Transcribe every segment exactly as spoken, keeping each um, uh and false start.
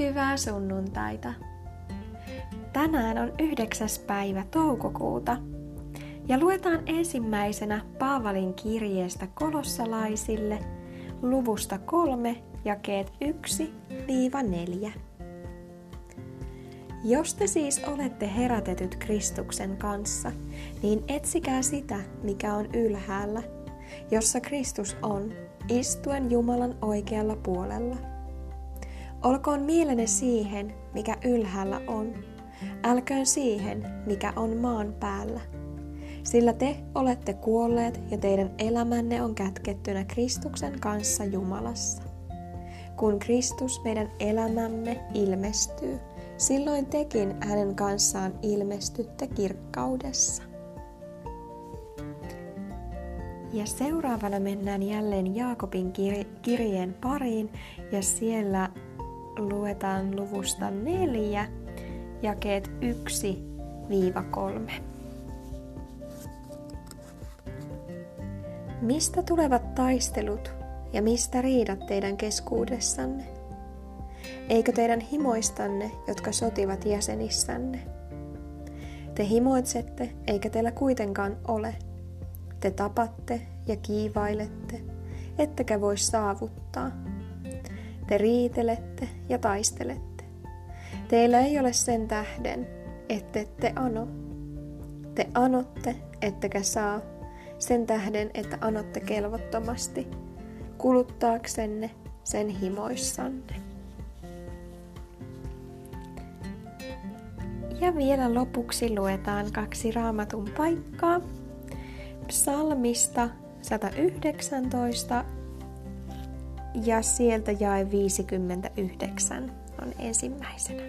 Hyvää sunnuntaita! Tänään on yhdeksäs päivä toukokuuta ja luetaan ensimmäisenä Paavalin kirjeestä kolossalaisille luvusta kolme jakeet yksi neljä. Jos te siis olette herätetyt Kristuksen kanssa, niin etsikää sitä, mikä on ylhäällä, jossa Kristus on, istuen Jumalan oikealla puolella. Olkoon mielenne siihen, mikä ylhäällä on, älköön siihen, mikä on maan päällä. Sillä te olette kuolleet ja teidän elämänne on kätkettynä Kristuksen kanssa Jumalassa. Kun Kristus meidän elämämme ilmestyy, silloin tekin hänen kanssaan ilmestytte kirkkaudessa. Ja seuraavana mennään jälleen Jaakobin kirjeen pariin ja siellä luetaan luvusta neljä, jakeet yksi kolme. Mistä tulevat taistelut ja mistä riidat teidän keskuudessanne? Eikö teidän himoistanne, jotka sotivat jäsenissänne? Te himoitsette, eikä teillä kuitenkaan ole. Te tapatte ja kiivailette, ettekä voi saavuttaa. Te riitelette ja taistelette. Teillä ei ole sen tähden, ettette ano. Te anotte, ettekä saa, sen tähden, että anotte kelvottomasti, kuluttaaksenne sen himoissanne. Ja vielä lopuksi luetaan kaksi raamatun paikkaa. Psalmista sata yhdeksäntoista ja sieltä jae viisikymmentäyhdeksän on ensimmäisenä.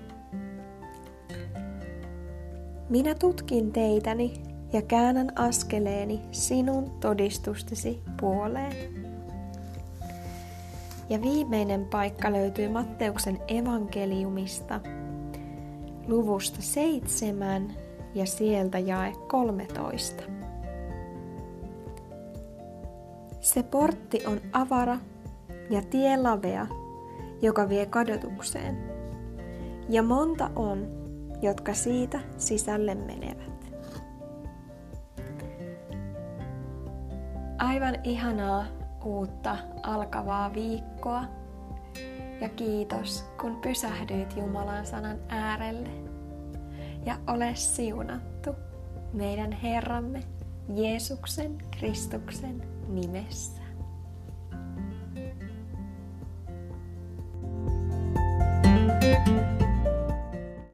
Minä tutkin teitäni ja käännän askeleeni sinun todistustesi puoleen. Ja viimeinen paikka löytyy Matteuksen evankeliumista luvusta seitsemän ja sieltä jae kolmetoista. Se portti on avara ja tie lavea, joka vie kadotukseen, ja monta on, jotka siitä sisälle menevät. Aivan ihanaa uutta alkavaa viikkoa, ja kiitos, kun pysähdyit Jumalan sanan äärelle, ja ole siunattu meidän Herramme Jeesuksen Kristuksen nimessä.